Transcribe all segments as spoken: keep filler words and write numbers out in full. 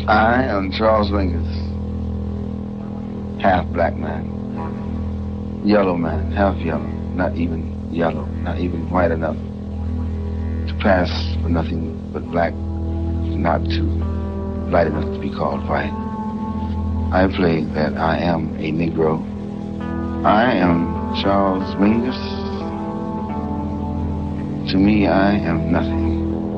I am Charles Mingus, half black man, yellow man, half yellow, not even yellow, not even white enough to pass for nothing but black, not too light enough to be called white. I play that I am a Negro. I am Charles Mingus. To me, I am nothing.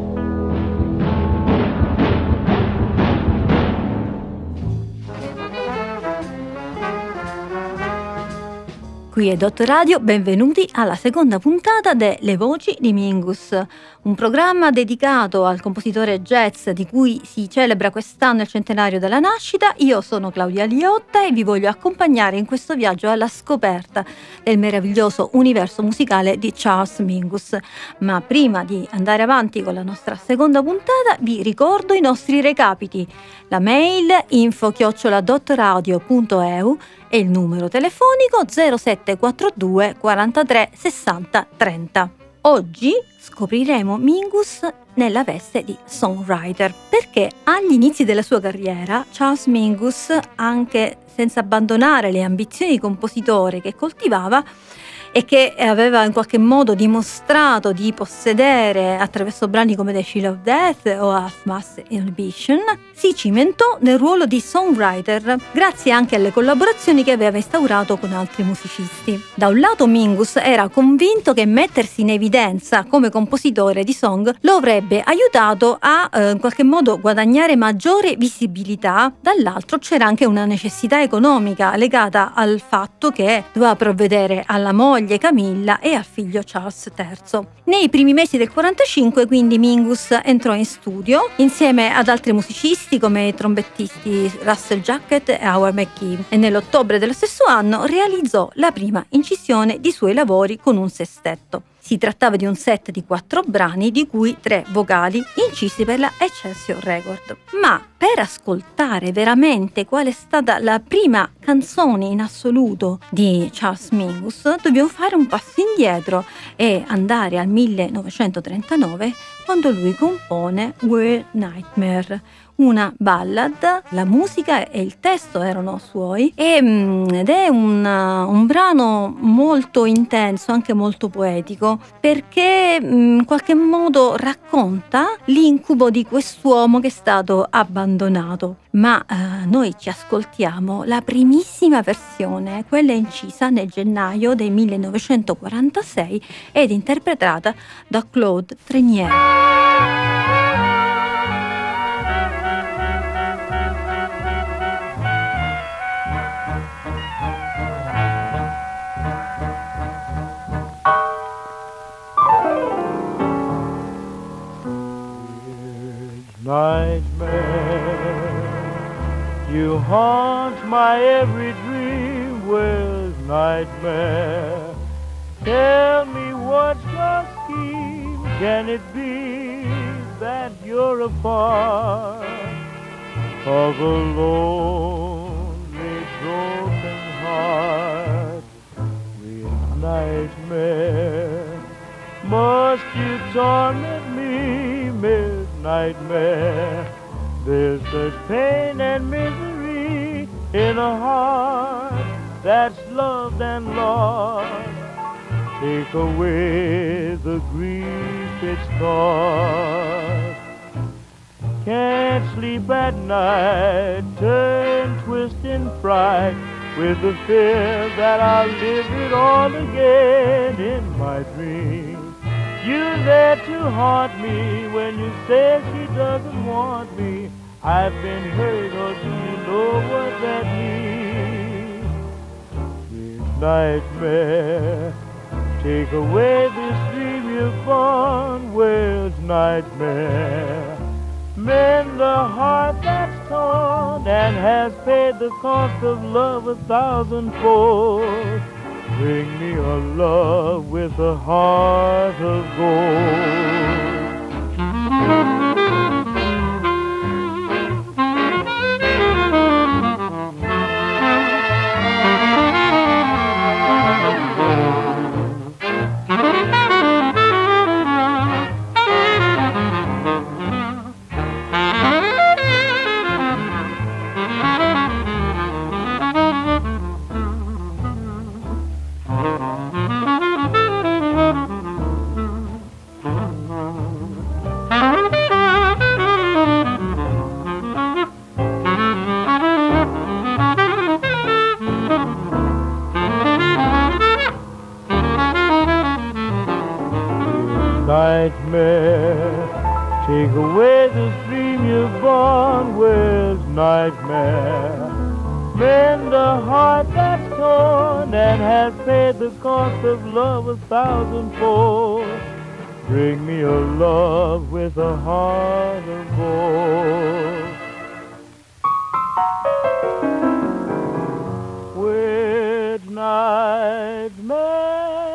Qui è Dot Radio, benvenuti alla seconda puntata de Le Voci di Mingus, un programma dedicato al compositore jazz di cui si celebra quest'anno il centenario della nascita. Io sono Claudia Liotta e vi voglio accompagnare in questo viaggio alla scoperta del meraviglioso universo musicale di Charles Mingus. Ma prima di andare avanti con la nostra seconda puntata vi ricordo i nostri recapiti: la mail info chiocciola dot radio punto e u e il numero telefonico zero sette quattro due quarantatré sessanta trenta. Oggi scopriremo Mingus nella veste di songwriter, perché agli inizi della sua carriera Charles Mingus, anche senza abbandonare le ambizioni di compositore che coltivava e che aveva in qualche modo dimostrato di possedere attraverso brani come The Chill of Death o Half Mast Inhibition, si cimentò nel ruolo di songwriter grazie anche alle collaborazioni che aveva instaurato con altri musicisti. Da un lato Mingus era convinto che mettersi in evidenza come compositore di song lo avrebbe aiutato a eh, in qualche modo guadagnare maggiore visibilità, dall'altro c'era anche una necessità economica legata al fatto che doveva provvedere alla moglie Camilla e al figlio Charles terzo. Nei primi mesi del quarantacinque quindi Mingus entrò in studio insieme ad altri musicisti come i trombettisti Russell Jackett e Howard McKee e nell'ottobre dello stesso anno realizzò la prima incisione di suoi lavori con un sestetto. Si trattava di un set di quattro brani, di cui tre vocali incisi per la Excelsior Record. Ma per ascoltare veramente qual è stata la prima canzone in assoluto di Charles Mingus, dobbiamo fare un passo indietro e andare al millenovecentotrentanove, quando lui compone Weird Nightmare, una ballad. La musica e il testo erano suoi e, ed è un, un brano molto intenso, anche molto poetico, perché in qualche modo racconta l'incubo di quest'uomo che è stato abbandonato. Ma eh, noi ci ascoltiamo la primissima versione, quella incisa nel gennaio del millenovecentoquarantasei ed interpretata da Claude Trenier. Nightmare, you haunt my every dream with nightmare. Tell me what's your scheme? Can it be that you're a part of a lonely, broken heart with nightmare? Must you torment me, Miss Nightmare? There's such pain and misery in a heart that's loved and lost. Take away the grief it's caused. Can't sleep at night, turn, twist in fright, with the fear that I'll live it all again in my dreams. You're there to haunt me when you say she doesn't want me. I've been hurt, or do you know what that means? This nightmare, take away this dream you've born. Where's nightmare? Mend the heart that's torn and has paid the cost of love a thousandfold. Bring me a love with a heart of gold. nightmare. Take away this dream you've born with, nightmare. Mend a heart that's torn and has paid the cost of love a thousandfold. Bring me a love with a heart of gold. With nightmare.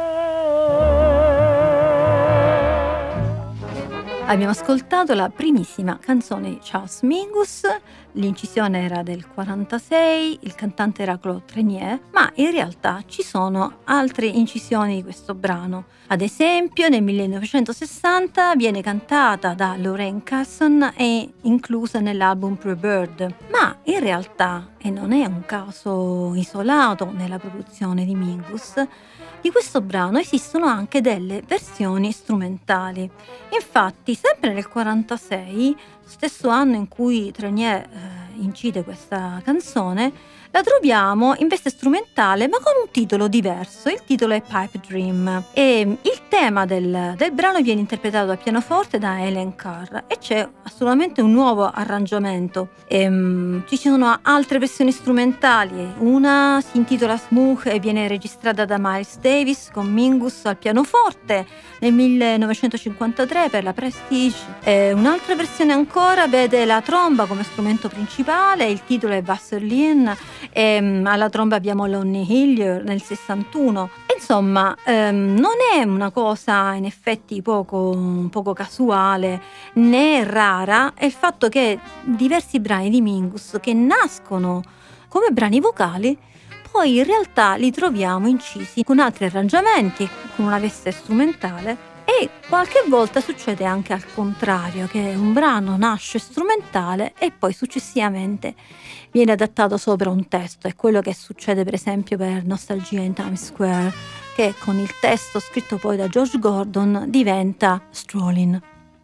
Abbiamo ascoltato la primissima canzone di Charles Mingus, l'incisione era del quarantasei, il cantante era Claude Trenier, ma in realtà ci sono altre incisioni di questo brano. Ad esempio nel millenovecentosessanta viene cantata da Lorraine Casson e inclusa nell'album Pre-Bird, ma in realtà, e non è un caso isolato nella produzione di Mingus, di questo brano esistono anche delle versioni strumentali. Infatti, sempre nel quarantasei, stesso anno in cui Trenier eh, incide questa canzone, la troviamo in veste strumentale ma con un titolo diverso. Il titolo è Pipe Dream e il tema del, del brano viene interpretato al pianoforte da Helen Carr e c'è assolutamente un nuovo arrangiamento. E, um, ci sono altre versioni strumentali, una si intitola Smooth e viene registrata da Miles Davis con Mingus al pianoforte nel millenovecentocinquantatré per la Prestige. E un'altra versione ancora vede la tromba come strumento principale, il titolo è Vaseline. E, um, alla tromba abbiamo Lonnie Hillier nel sessantuno. Insomma, um, non è una cosa in effetti poco, poco casuale né rara è il fatto che diversi brani di Mingus che nascono come brani vocali poi in realtà li troviamo incisi con altri arrangiamenti, con una veste strumentale. E qualche volta succede anche al contrario, che un brano nasce strumentale e poi successivamente viene adattato sopra un testo. È quello che succede per esempio per Nostalgia in Times Square, che con il testo scritto poi da George Gordon diventa Strolling.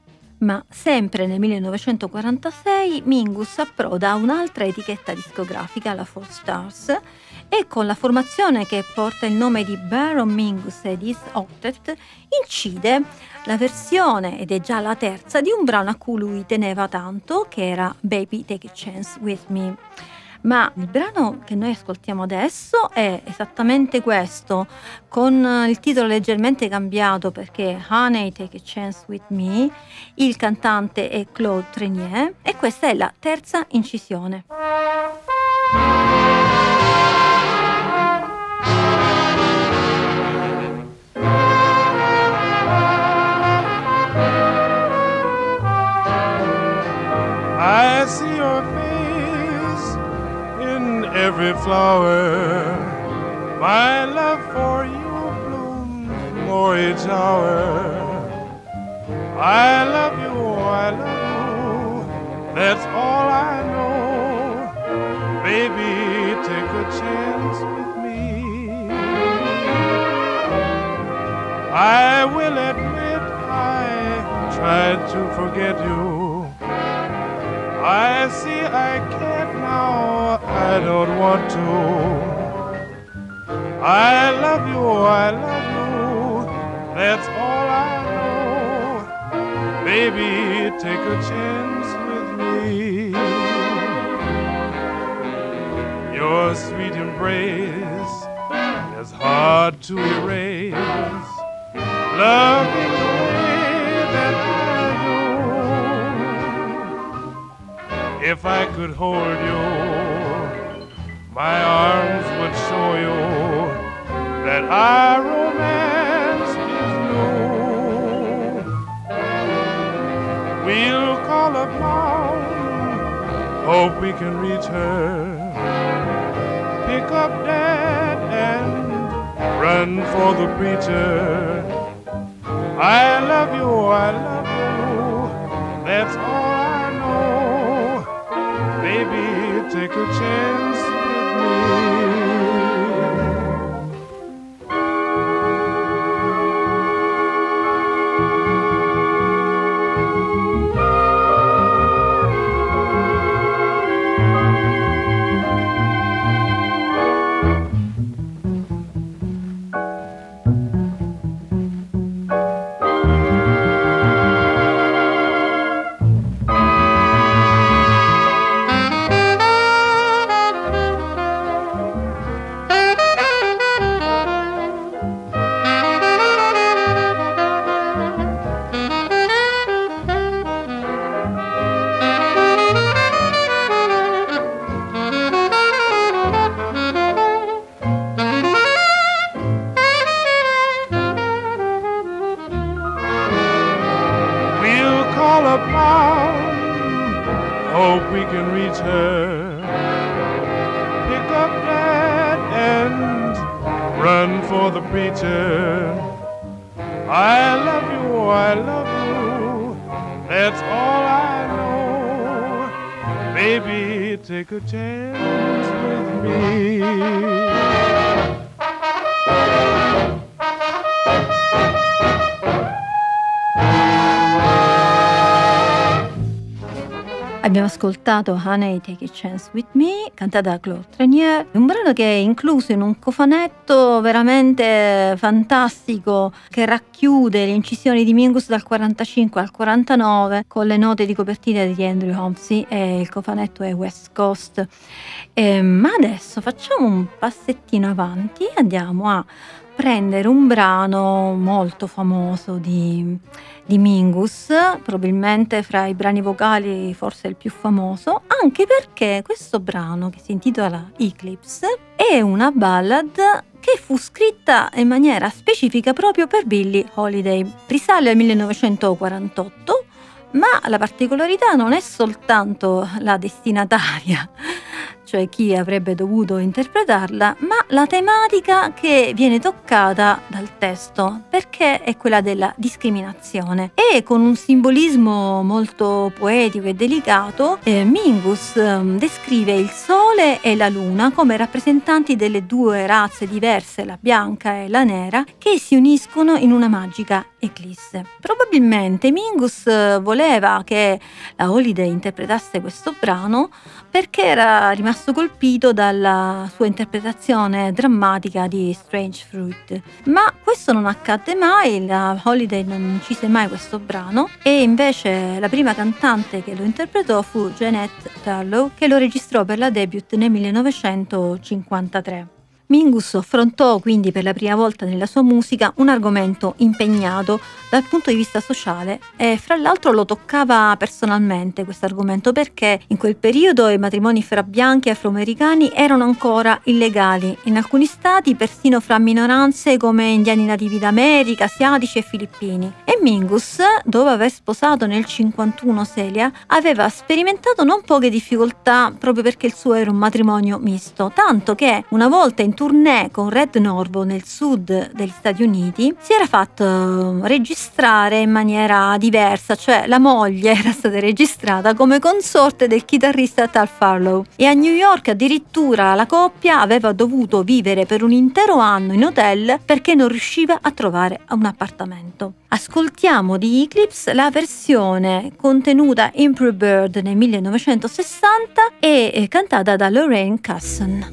Ma sempre nel millenovecentoquarantasei Mingus approda a un'altra etichetta discografica, la Four Stars, e con la formazione che porta il nome di Baron Mingus ed His Octet incide la versione, ed è già la terza, di un brano a cui lui teneva tanto, che era Baby Take a Chance With Me. Ma il brano che noi ascoltiamo adesso è esattamente questo, con il titolo leggermente cambiato perché Honey Take a Chance With Me, il cantante è Claude Trenier e questa è la terza incisione. I see your face in every flower. My love for you blooms more each hour. I love you, I love you, that's all I know. Baby, take a chance with me. I will admit I tried to forget you. I see I can't now, I don't want to. I love you, I love you, that's all I know. Baby, take a chance with me. Your sweet embrace is hard to erase. Loving the way that I do. If I could hold you, my arms would show you that our romance is new. We'll call up mom, hope we can reach her. Pick up dad and run for the preacher. I love you, I love you, that's all I know. Baby, take a chance with me. all about. Hope we can reach her. Pick up that and run for the preacher. I love you, I love you, that's all I know. Baby, take a chance with me. Abbiamo ascoltato Honey, Take a Chance with Me, cantata da Claude Trenier, un brano che è incluso in un cofanetto veramente fantastico che racchiude le incisioni di Mingus dal quarantacinque al quarantanove con le note di copertina di Andrew Homsey, e il cofanetto è West Coast. E, ma adesso facciamo un passettino avanti e andiamo a prendere un brano molto famoso di, di Mingus, probabilmente fra i brani vocali forse il più famoso, anche perché questo brano, che si intitola Eclipse, è una ballad che fu scritta in maniera specifica proprio per Billie Holiday. Risale al millenovecentoquarantotto, ma la particolarità non è soltanto la destinataria, cioè chi avrebbe dovuto interpretarla, ma la tematica che viene toccata dal testo, perché è quella della discriminazione. E con un simbolismo molto poetico e delicato, eh, Mingus eh, descrive il sole e la luna come rappresentanti delle due razze diverse, la bianca e la nera, che si uniscono in una magica eclisse. Probabilmente Mingus voleva che la Holiday interpretasse questo brano perché era rimasto colpito dalla sua interpretazione drammatica di Strange Fruit, ma questo non accadde mai, la Holiday non incise mai questo brano, e invece la prima cantante che lo interpretò fu Jeanette Turlow, che lo registrò per la debut nel millenovecentocinquantatré. Mingus affrontò quindi per la prima volta nella sua musica un argomento impegnato dal punto di vista sociale, e fra l'altro lo toccava personalmente questo argomento, perché in quel periodo i matrimoni fra bianchi e afroamericani erano ancora illegali in alcuni stati, persino fra minoranze come indiani nativi d'America, asiatici e filippini. E Mingus, dopo aver sposato nel cinquantuno Celia, aveva sperimentato non poche difficoltà proprio perché il suo era un matrimonio misto, tanto che una volta in tournée con Red Norvo nel sud degli Stati Uniti si era fatto registrare in maniera diversa, cioè la moglie era stata registrata come consorte del chitarrista Tal Farlow, e a New York addirittura la coppia aveva dovuto vivere per un intero anno in hotel perché non riusciva a trovare un appartamento. Ascoltiamo di Eclipse la versione contenuta in Prairie Bird nel millenovecentosessanta e cantata da Lorraine Casson.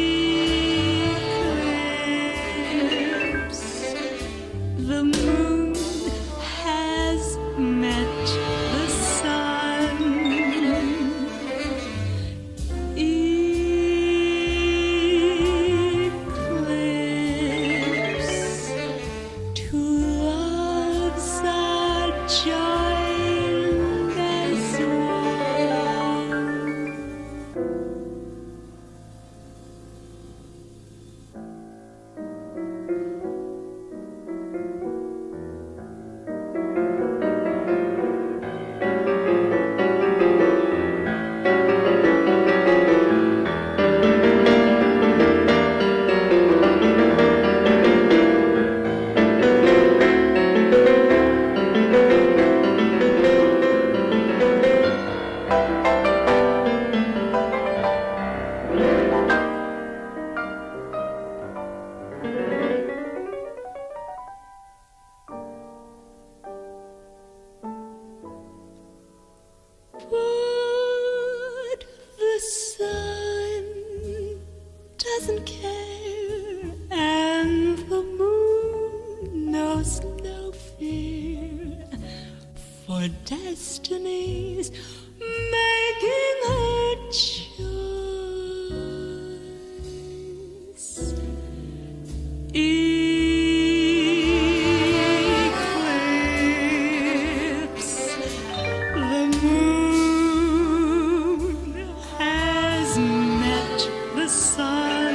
The moon her destinies, making her choice. Eclipse, the moon has met the sun.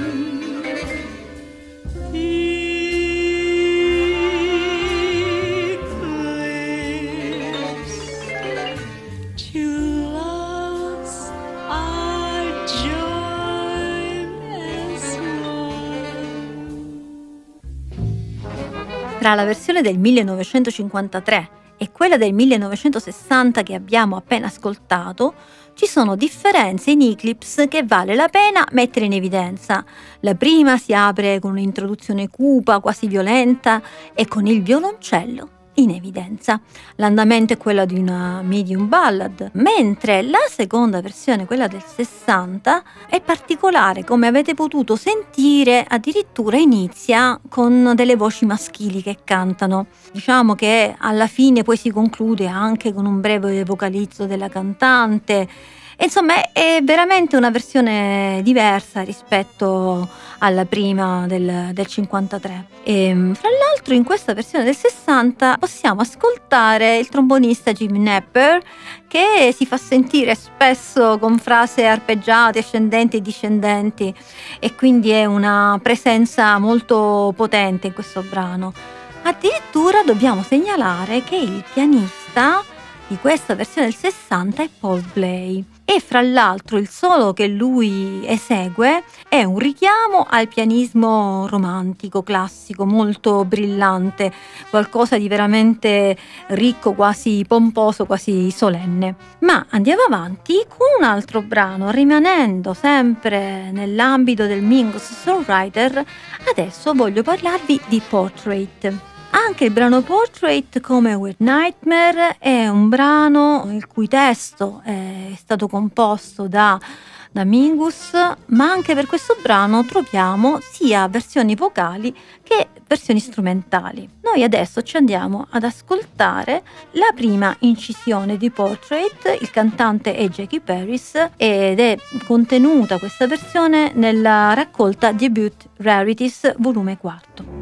Tra la versione del millenovecentocinquantatré e quella del millenovecentosessanta che abbiamo appena ascoltato, ci sono differenze in Eclipse che vale la pena mettere in evidenza. La prima si apre con un'introduzione cupa, quasi violenta, e con il violoncello in evidenza. L'andamento è quello di una medium ballad, mentre la seconda versione, quella del sessanta, è particolare, come avete potuto sentire, addirittura inizia con delle voci maschili che cantano. Diciamo che alla fine poi si conclude anche con un breve vocalizzo della cantante. Insomma, è veramente una versione diversa rispetto alla prima del, del cinquantatré. E, fra l'altro, in questa versione del sessanta possiamo ascoltare il trombonista Jim Knepper, che si fa sentire spesso con frasi arpeggiate, ascendenti e discendenti, e quindi è una presenza molto potente in questo brano. Addirittura dobbiamo segnalare che il pianista di questa versione del sessanta è Paul Bley, e fra l'altro il solo che lui esegue è un richiamo al pianismo romantico classico molto brillante, qualcosa di veramente ricco, quasi pomposo, quasi solenne. Ma andiamo avanti con un altro brano, rimanendo sempre nell'ambito del Mingus Songwriter. Adesso voglio parlarvi di Portrait. Anche il brano Portrait, come Weird Nightmare, è un brano il cui testo è stato composto da, da Mingus, ma anche per questo brano troviamo sia versioni vocali che versioni strumentali. Noi adesso ci andiamo ad ascoltare la prima incisione di Portrait, il cantante è Jackie Paris, ed è contenuta questa versione nella raccolta Debut Rarities volume quattro.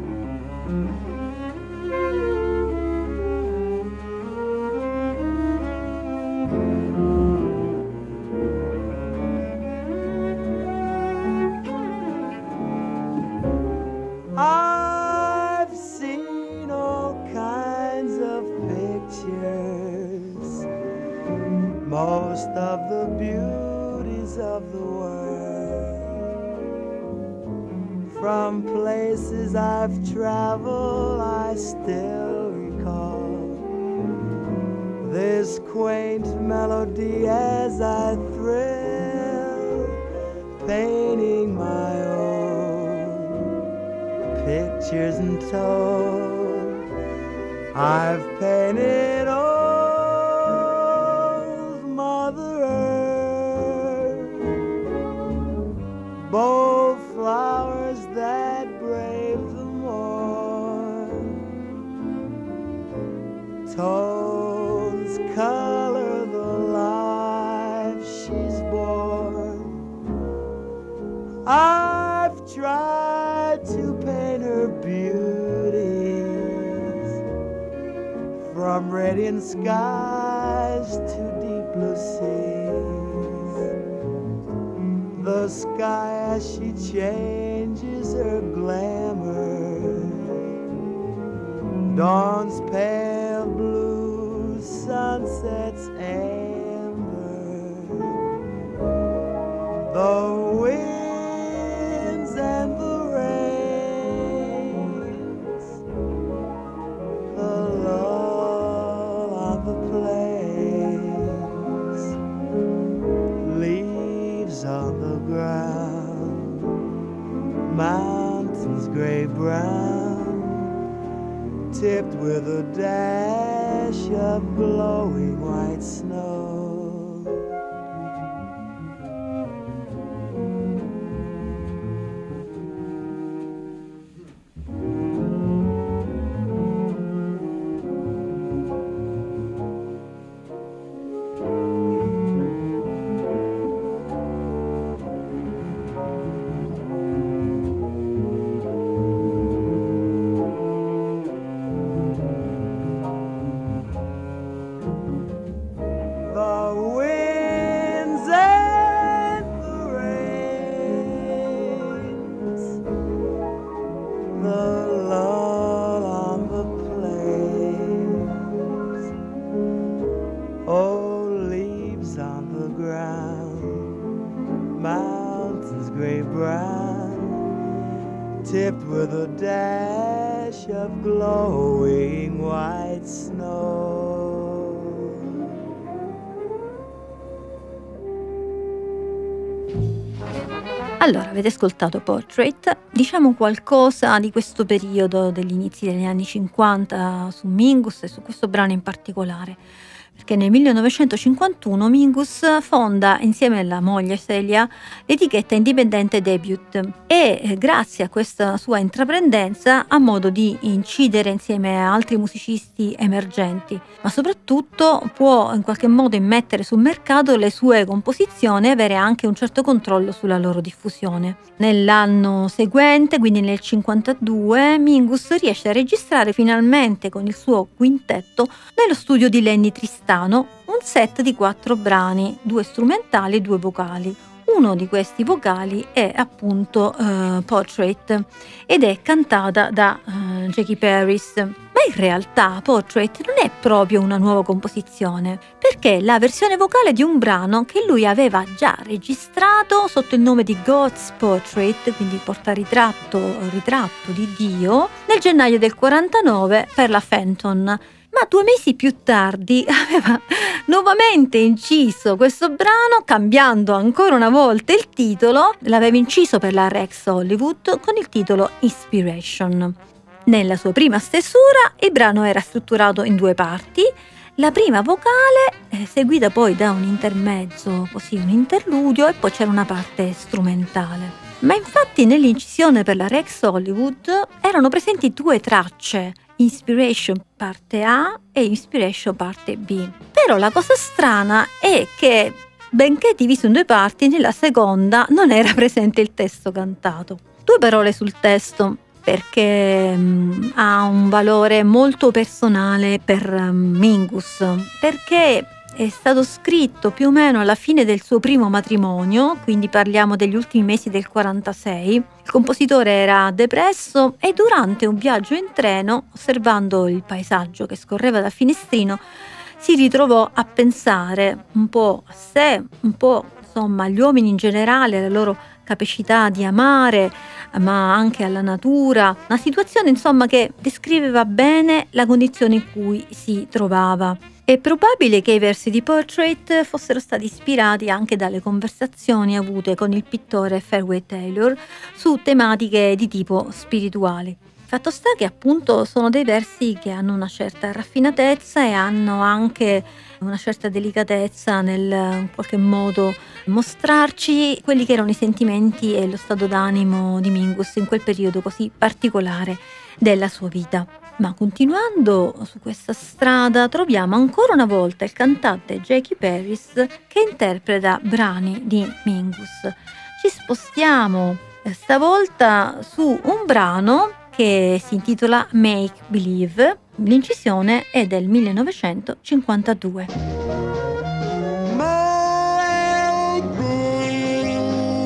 I've seen all kinds of pictures, most of the beauties of the world. From places I've traveled, I still recall this quaint melody as I thrill, painting my own pictures and told. I've painted old Mother Earth, both flowers that brave the morn, tones color the life she's born. I've tried to paint her beauties, from radiant skies to deep blue seas. The sky as she changes her glamour, dawn's pale blue, sunset's amber. The winds and the rains, the lull on the plains, leaves on the ground, mountains gray brown, tipped with a dash of glowing white snow. beach of glowing white snow. Allora, avete ascoltato Portrait, diciamo qualcosa di questo periodo degli inizi degli anni cinquanta su Mingus e su questo brano in particolare, perché nel millenovecentocinquantuno Mingus fonda insieme alla moglie Celia l'etichetta indipendente Debut e eh, grazie a questa sua intraprendenza ha modo di incidere insieme a altri musicisti emergenti, ma soprattutto può in qualche modo immettere sul mercato le sue composizioni e avere anche un certo controllo sulla loro diffusione. Nell'anno seguente, quindi nel cinquantadue, Mingus riesce a registrare finalmente con il suo quintetto nello studio di Lenny Tristano un set di quattro brani, due strumentali e due vocali. Uno di questi vocali è appunto uh, Portrait ed è cantata da uh, Jackie Paris. Ma in realtà Portrait non è proprio una nuova composizione, perché è la versione vocale di un brano che lui aveva già registrato sotto il nome di God's Portrait, quindi portaritratto ritratto di Dio, nel gennaio del quarantanove per la Fenton. Ma due mesi più tardi aveva nuovamente inciso questo brano, cambiando ancora una volta il titolo. L'aveva inciso per la Rex Hollywood con il titolo Inspiration. Nella sua prima stesura il brano era strutturato in due parti. La prima vocale, eh, seguita poi da un intermezzo, così un interludio, e poi c'era una parte strumentale. Ma infatti nell'incisione per la Rex Hollywood erano presenti due tracce, Inspiration parte A e Inspiration parte B. Però la cosa strana è che, benché diviso in due parti, nella seconda non era presente il testo cantato. Due parole sul testo, perché um, ha un valore molto personale per um, Mingus, perché è stato scritto più o meno alla fine del suo primo matrimonio, quindi parliamo degli ultimi mesi del quarantasei. Il compositore era depresso e durante un viaggio in treno, osservando il paesaggio che scorreva dal finestrino, si ritrovò a pensare un po' a sé, un po' insomma agli uomini in generale, alla loro capacità di amare, ma anche alla natura. Una situazione insomma che descriveva bene la condizione in cui si trovava. È probabile che i versi di Portrait fossero stati ispirati anche dalle conversazioni avute con il pittore Fairweather Taylor su tematiche di tipo spirituali. Fatto sta che appunto sono dei versi che hanno una certa raffinatezza e hanno anche una certa delicatezza nel in qualche modo mostrarci quelli che erano i sentimenti e lo stato d'animo di Mingus in quel periodo così particolare della sua vita. Ma continuando su questa strada troviamo ancora una volta il cantante Jackie Paris che interpreta brani di Mingus. Ci spostiamo stavolta su un brano che si intitola Make Believe. L'incisione è del millenovecentocinquantadue. Make believe,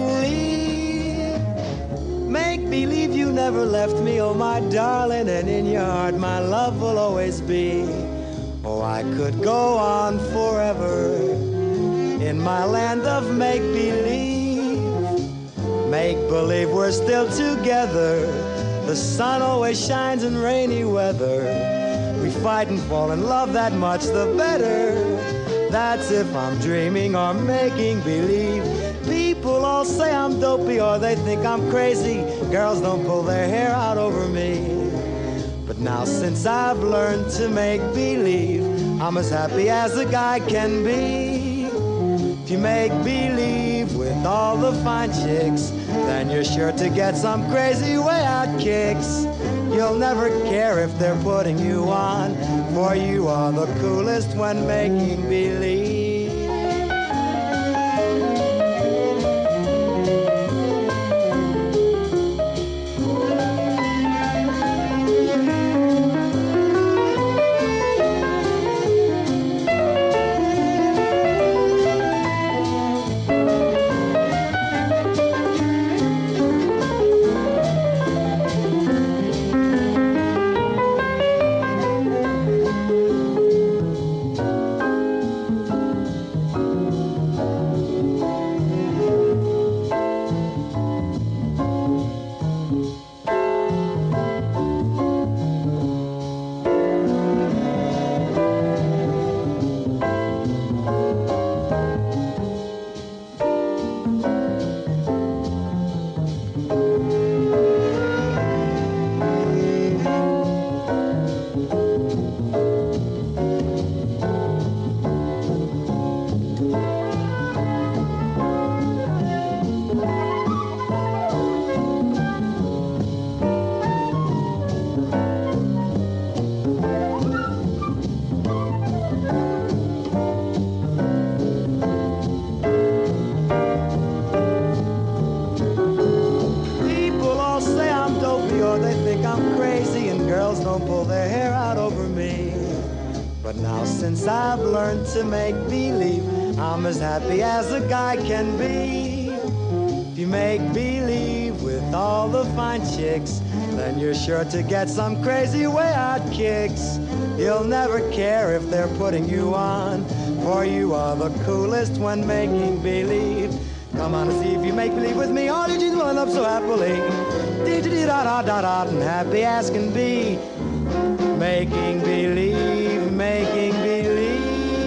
make believe you never left me, oh my darling, and in your heart my love will always be. Oh, I could go on forever in my land of make believe. Make believe we're still together. The sun always shines in rainy weather. We fight and fall in love, that much the better. That's if I'm dreaming or making believe. People all say I'm dopey or they think I'm crazy. Girls don't pull their hair out over me. But now since I've learned to make believe, I'm as happy as a guy can be. If you make believe with all the fine chicks, then you're sure to get some crazy way out kicks. You'll never care if they're putting you on, for you are the coolest when making believe. girls don't pull their hair out over me. But now since I've learned to make believe, I'm as happy as a guy can be. If you make believe with all the fine chicks, then you're sure to get some crazy way out kicks. You'll never care if they're putting you on, for you are the coolest when making believe. Come on and see if you make believe with me. All you do run up so happily, dee-dee-dee-da-da-da-da, and happy as can be. Making believe, making believe.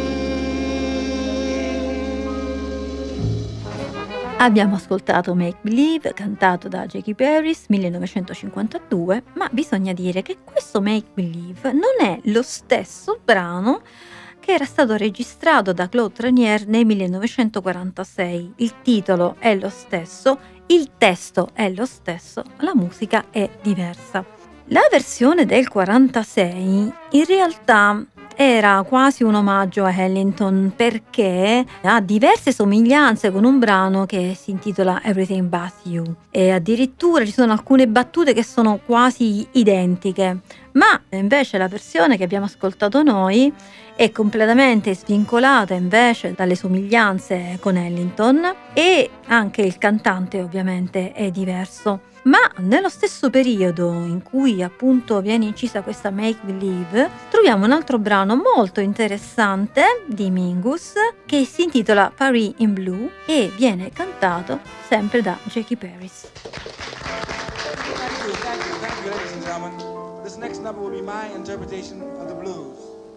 Abbiamo ascoltato Make Believe, cantato da Jackie Paris, millenovecentocinquantadue, ma bisogna dire che questo Make Believe non è lo stesso brano che era stato registrato da Claude Ranier nel millenovecentoquarantasei. Il titolo è lo stesso, il testo è lo stesso, la musica è diversa. La versione del quarantasei in realtà era quasi un omaggio a Ellington perché ha diverse somiglianze con un brano che si intitola Everything But You e addirittura ci sono alcune battute che sono quasi identiche, ma invece la versione che abbiamo ascoltato noi è completamente svincolata invece dalle somiglianze con Ellington e anche il cantante ovviamente è diverso. Ma nello stesso periodo in cui appunto viene incisa questa Make Believe troviamo un altro brano molto interessante di Mingus che si intitola Paris in Blue e viene cantato sempre da Jackie Paris. Thank you, thank you, thank you, ladies and gentlemen. This next number will be my interpretation of the blues.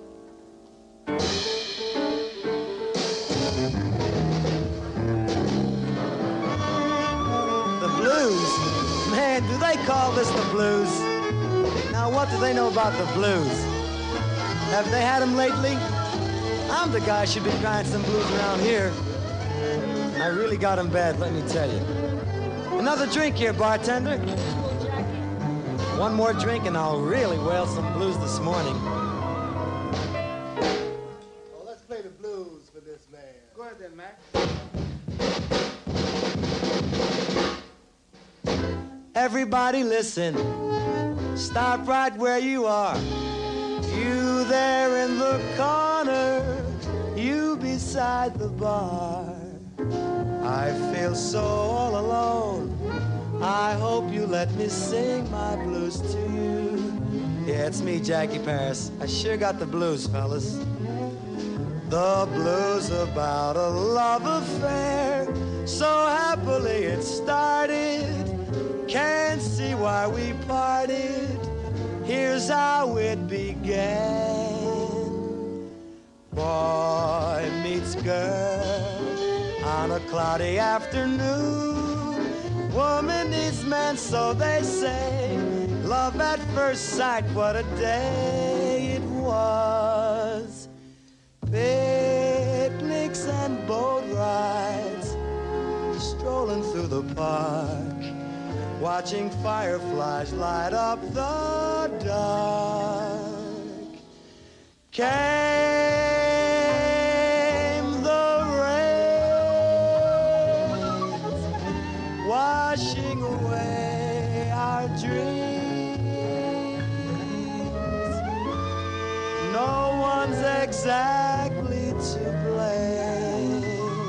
The blues? Man, do they call this the blues? Now, what do they know about the blues? Have they had them lately? I'm the guy who should be trying some blues around here. I really got them bad, let me tell you. Another drink here, bartender. One more drink and I'll really wail some blues this morning. Well, let's play the blues for this man. Go ahead then, Mac. Everybody listen, stop right where you are. You there in the corner, you beside the bar. I feel so all alone, I hope you let me sing my blues to you. Yeah, it's me, Jackie Paris. I sure got the blues, fellas. The blues about a love affair, so happily it started. Can't see why we parted. Here's how it began. Boy meets girl on a cloudy afternoon. Woman needs man, so they say. Love at first sight, what a day it was. Picnics and boat rides, strolling through the park, watching fireflies light up the dark. Came the rains, washing away our dreams. No one's exactly to blame.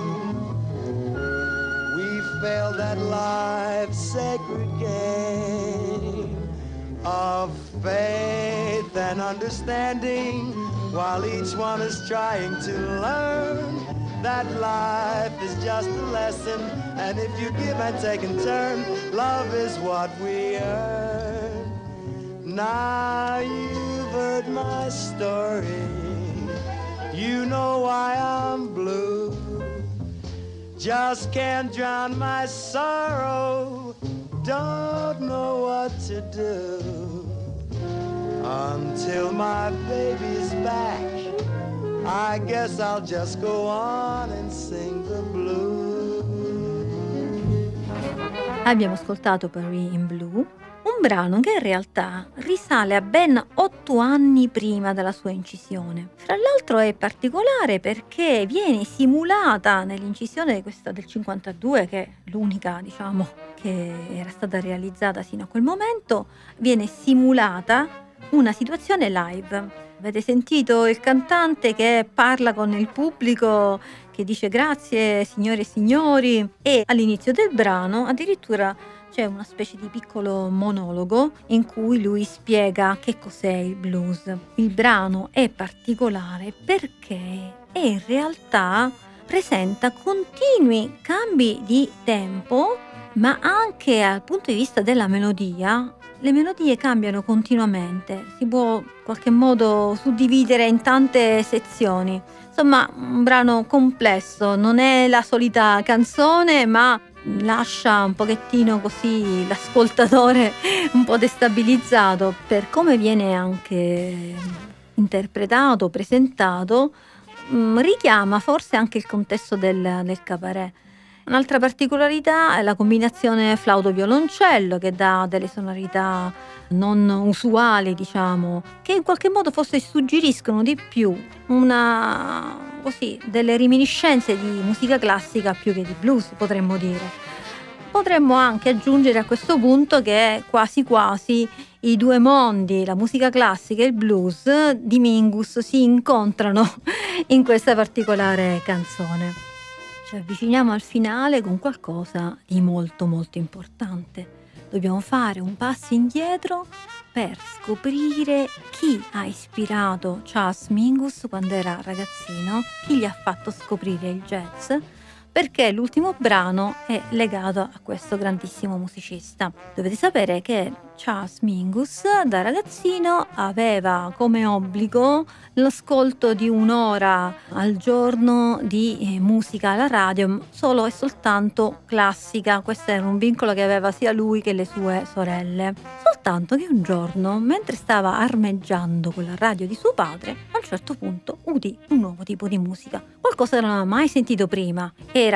We failed at life's sacred game of faith and understanding, while each one is trying to learn that life is just a lesson, and if you give and take in turn, love is what we earn. Now you've heard my story, you know why I'm blue. Just can't drown my sorrow, don't know what to do. Until my baby's back, I guess I'll just go on and sing the blues. Abbiamo ascoltato Paris in Blue, un brano che in realtà risale a ben otto anni prima della sua incisione. Fra l'altro è particolare perché viene simulata nell'incisione questa del cinquantadue, che è l'unica, diciamo, che era stata realizzata sino a quel momento, viene simulata una situazione live. Avete sentito il cantante che parla con il pubblico, che dice grazie signore e signori, e all'inizio del brano addirittura c'è una specie di piccolo monologo in cui lui spiega che cos'è il blues. Il brano è particolare perché in realtà presenta continui cambi di tempo, ma anche dal punto di vista della melodia. Le melodie cambiano continuamente, si può in qualche modo suddividere in tante sezioni. Insomma, un brano complesso, non è la solita canzone, ma lascia un pochettino così l'ascoltatore un po' destabilizzato per come viene anche interpretato, presentato. Richiama forse anche il contesto del, del cabaret. Un'altra particolarità è la combinazione flauto-violoncello, che dà delle sonorità non usuali, diciamo, che in qualche modo forse suggeriscono di più una, così, delle reminiscenze di musica classica più che di blues, potremmo dire. Potremmo anche aggiungere a questo punto che quasi quasi i due mondi, la musica classica e il blues di Mingus, si incontrano in questa particolare canzone. Ci avviciniamo al finale con qualcosa di molto molto importante. Dobbiamo fare un passo indietro per scoprire chi ha ispirato Charles Mingus quando era ragazzino, chi gli ha fatto scoprire il jazz, perché l'ultimo brano è legato a questo grandissimo musicista. Dovete sapere che Charles Mingus da ragazzino aveva come obbligo l'ascolto di un'ora al giorno di musica alla radio, solo e soltanto classica. Questo era un vincolo che aveva sia lui che le sue sorelle. Soltanto che un giorno, mentre stava armeggiando con la radio di suo padre, a un certo punto udì un nuovo tipo di musica, qualcosa che non aveva mai sentito prima.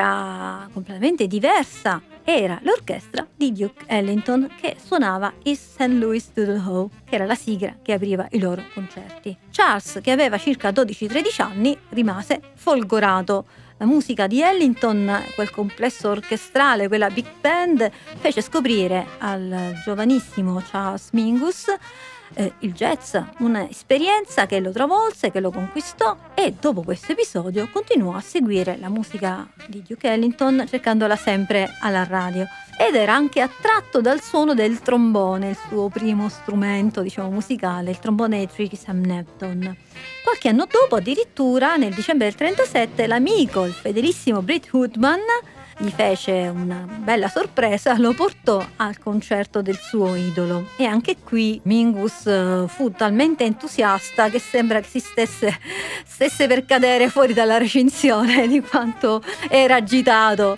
Era completamente diversa. Era l'orchestra di Duke Ellington che suonava East Saint Louis Doodle Ho, che era la sigla che apriva i loro concerti. Charles, che aveva circa dodici tredici anni, rimase folgorato. La musica di Ellington, quel complesso orchestrale, quella big band, fece scoprire al giovanissimo Charles Mingus eh, il jazz, un'esperienza che lo travolse, che lo conquistò, e dopo questo episodio continuò a seguire la musica di Duke Ellington cercandola sempre alla radio, ed era anche attratto dal suono del trombone, il suo primo strumento, diciamo, musicale, il trombone di Tricky Sam Neptune. Qualche anno dopo, addirittura nel dicembre del trentasette, l'amico, il fedelissimo Britt Hoodman, gli fece una bella sorpresa, lo portò al concerto del suo idolo. E anche qui Mingus fu talmente entusiasta che sembra che si stesse, stesse per cadere fuori dalla recinzione di quanto era agitato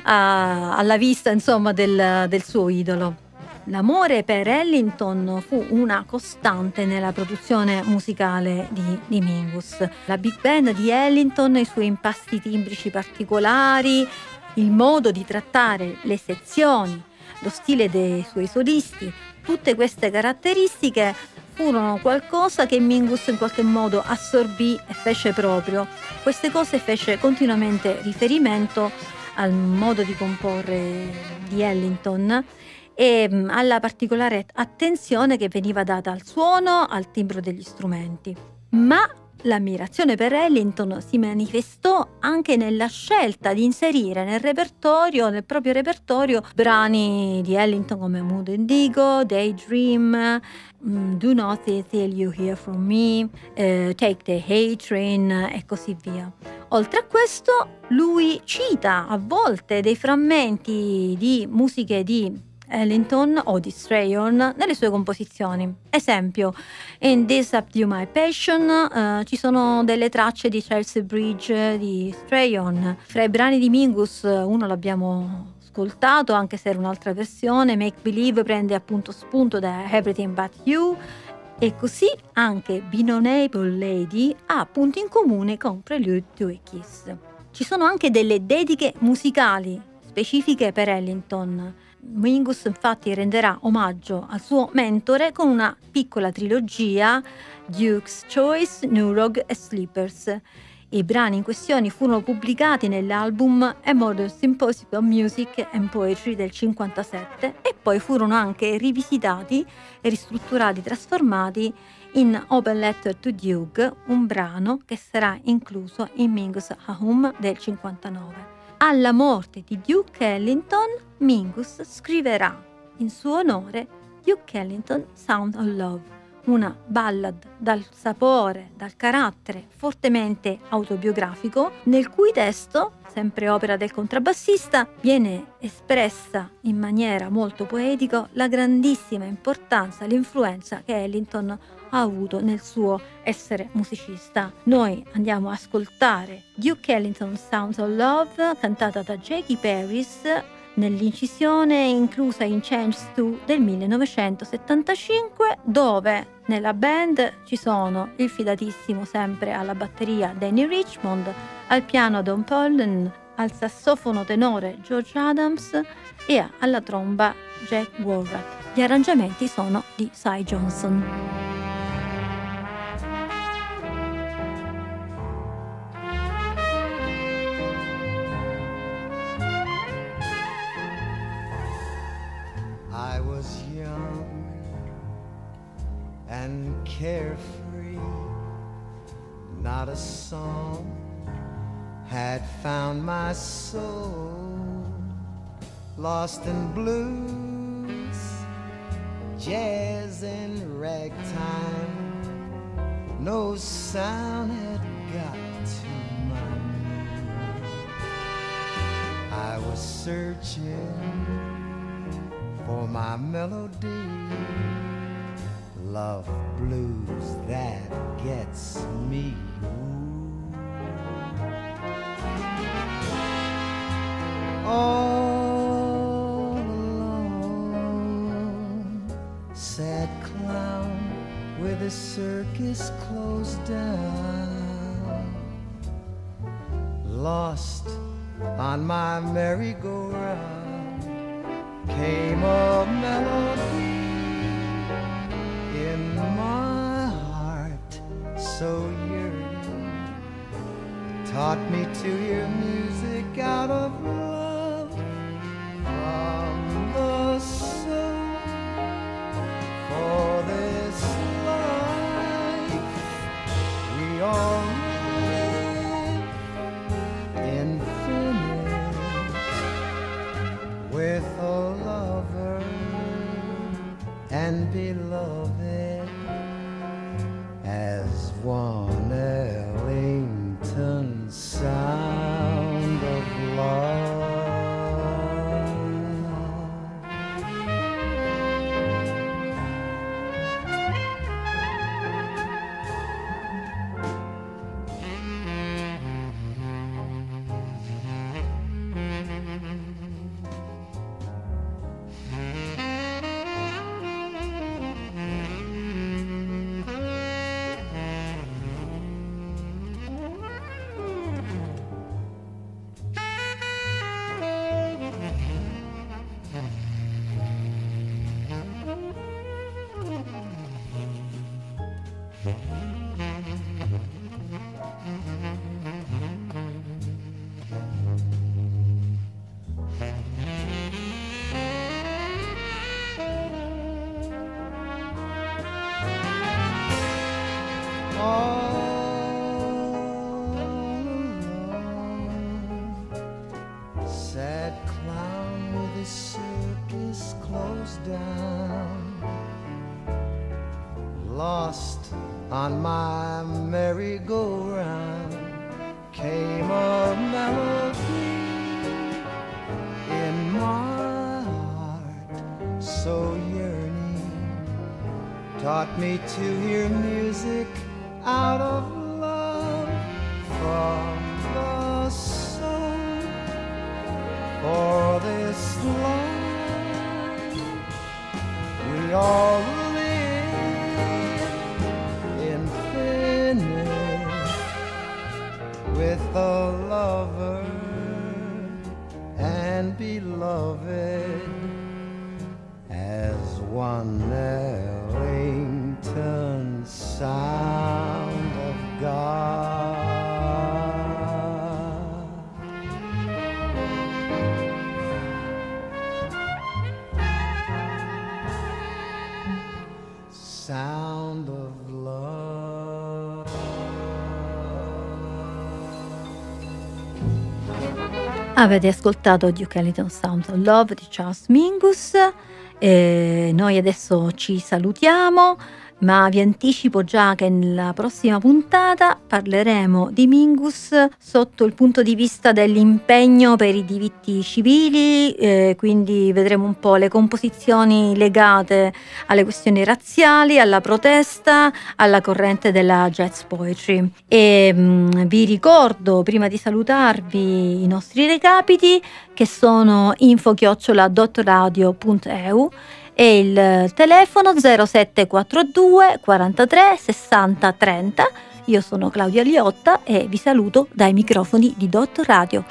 a, alla vista, insomma, del, del suo idolo. L'amore per Ellington fu una costante nella produzione musicale di, di Mingus. La big band di Ellington, i suoi impasti timbrici particolari, il modo di trattare le sezioni, lo stile dei suoi solisti, tutte queste caratteristiche furono qualcosa che Mingus in qualche modo assorbì e fece proprio. Queste cose fece continuamente riferimento al modo di comporre di Ellington e alla particolare attenzione che veniva data al suono, al timbro degli strumenti. Ma l'ammirazione per Ellington si manifestò anche nella scelta di inserire nel repertorio, nel proprio repertorio, brani di Ellington come Mood Indigo, Daydream, um, Do Not Till You Hear From Me, eh, Take the A Train e così via. Oltre a questo, lui cita a volte dei frammenti di musiche di Ellington o di Strahan nelle sue composizioni. Esempio, in This Subdue My Passion uh, ci sono delle tracce di Chelsea Bridge di Strahan. Fra i brani di Mingus uno l'abbiamo ascoltato, anche se era un'altra versione. Make Believe prende appunto spunto da Everything But You, e così anche Be Honorable Lady ha punti in comune con Prelude to a Kiss. Ci sono anche delle dediche musicali specifiche per Ellington. Mingus infatti renderà omaggio al suo mentore con una piccola trilogia, Duke's Choice, New Rogue e Sleepers. I brani in questione furono pubblicati nell'album A Modern Symposium of Music and Poetry del cinquantasette e poi furono anche rivisitati, ristrutturati, trasformati in Open Letter to Duke, un brano che sarà incluso in Mingus Home del cinquantanove. Alla morte di Duke Ellington, Mingus scriverà in suo onore Duke Ellington Sound of Love, una ballad dal sapore, dal carattere fortemente autobiografico, nel cui testo, sempre opera del contrabbassista, viene espressa in maniera molto poetica la grandissima importanza, l'influenza che Ellington ha avuto nel suo essere musicista. Noi andiamo a ascoltare Duke Ellington Sounds of Love, cantata da Jackie Paris, nell'incisione inclusa in Changes due del millenovecentosettantacinque, dove nella band ci sono il fidatissimo sempre alla batteria Danny Richmond, al piano Don Pollen, al sassofono tenore George Adams e alla tromba Jack Woolrath. Gli arrangiamenti sono di Cy Johnson. I was young and carefree, not a song had found my soul, lost in blues, jazz and ragtime, no sound had got to my mood. I was searching for my melody, love blues that gets me. All alone, sad clown with the circus closed down, lost on my merry-go-round, came a melody in my heart so yearning, taught me to hear music out of love from the soul. For this life we all live infinite, with a lover and beloved as one Ellington sound of love. Sad clown with his circus closed down, lost on my merry-go-round, came a melody in my heart so yearning, taught me to hear music out of love from the soul. For this life we all live infinite, with a lover and beloved as one Ellington sound of God. of love. Avete ascoltato Duke Ellington Sound of Love di Charles Mingus. E noi adesso ci salutiamo, ma vi anticipo già che nella prossima puntata parleremo di Mingus sotto il punto di vista dell'impegno per i diritti civili, eh, quindi vedremo un po' le composizioni legate alle questioni razziali, alla protesta, alla corrente della jazz poetry. E mh, vi ricordo, prima di salutarvi, i nostri recapiti, che sono info chiocciola dottoradio punto e u e il telefono zero sette quattro due quarantatré sessanta trenta. Io sono Claudia Liotta e vi saluto dai microfoni di Dottor Radio.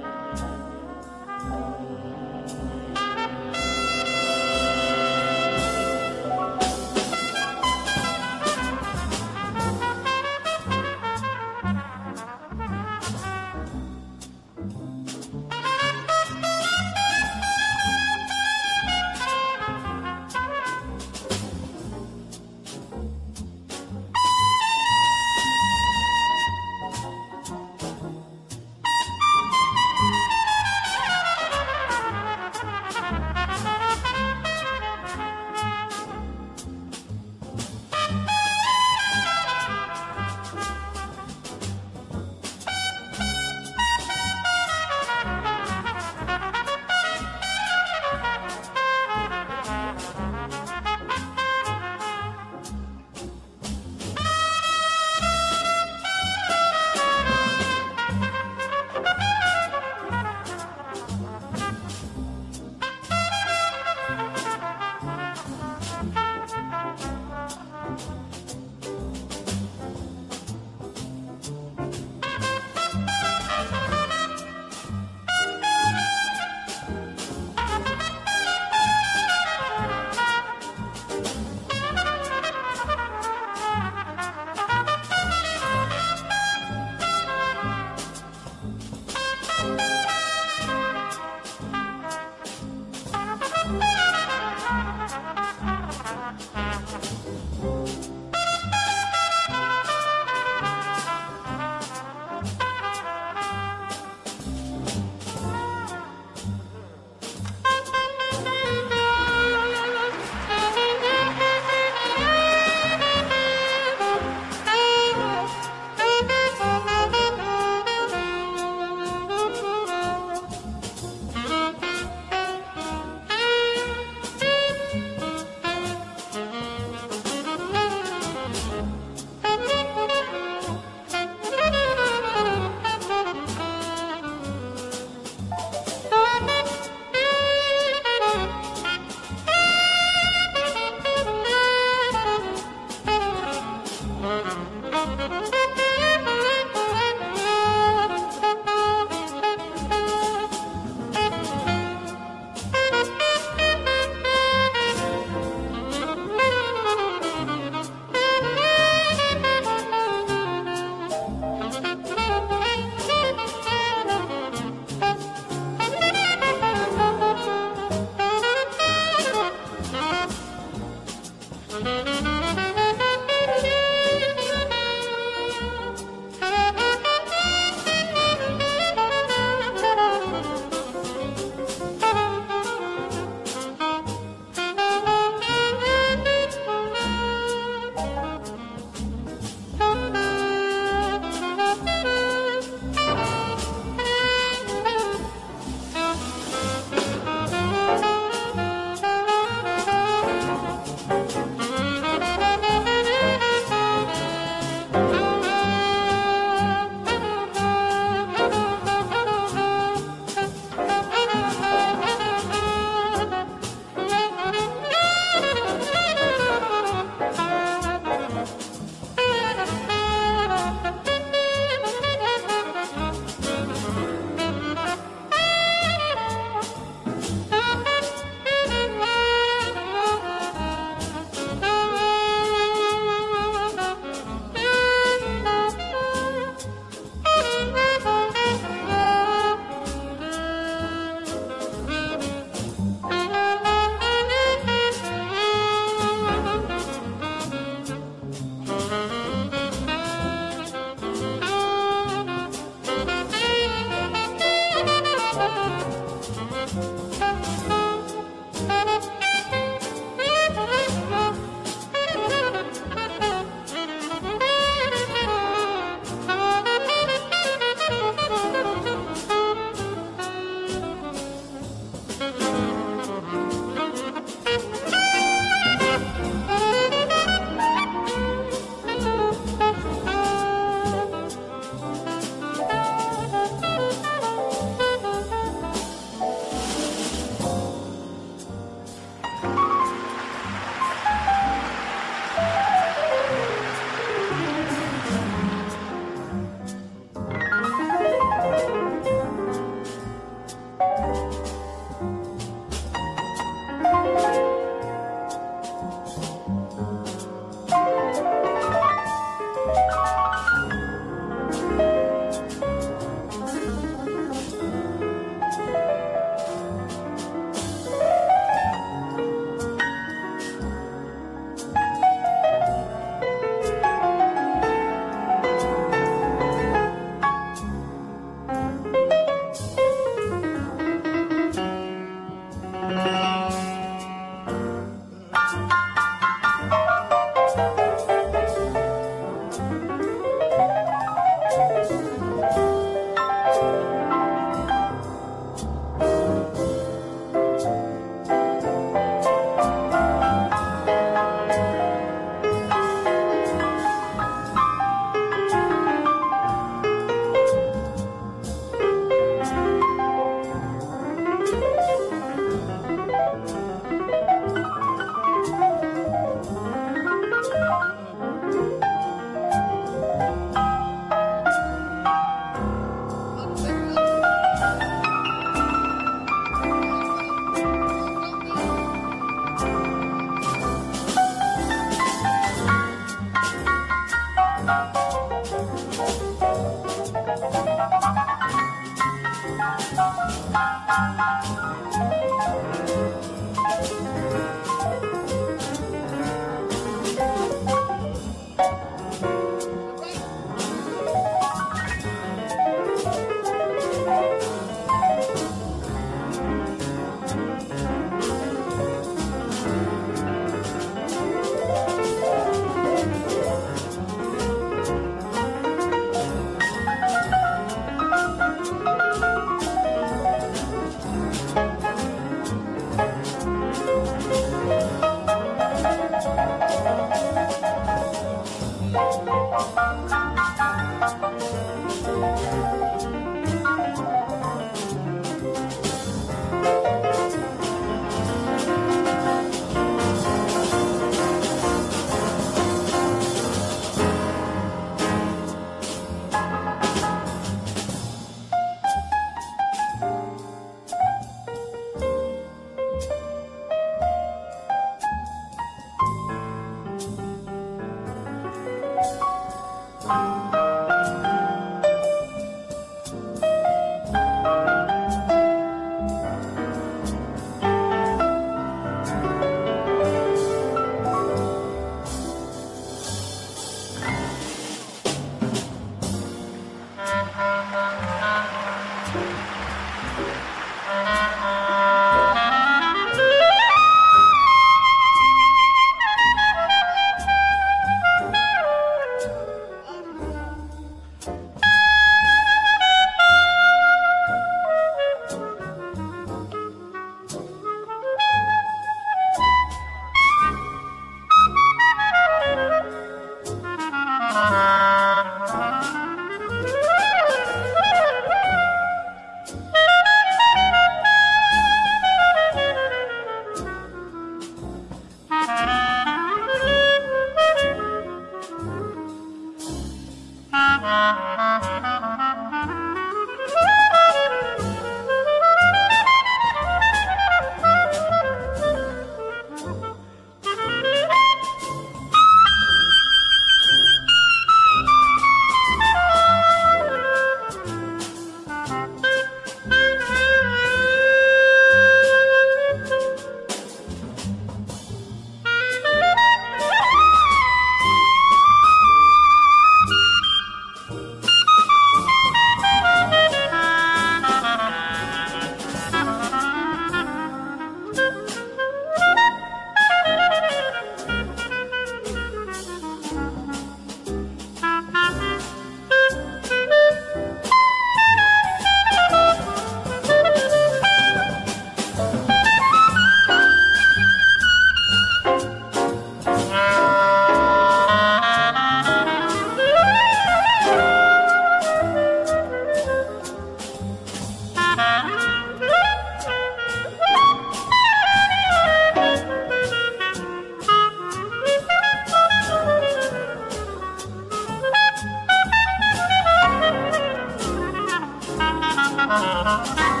Thank you.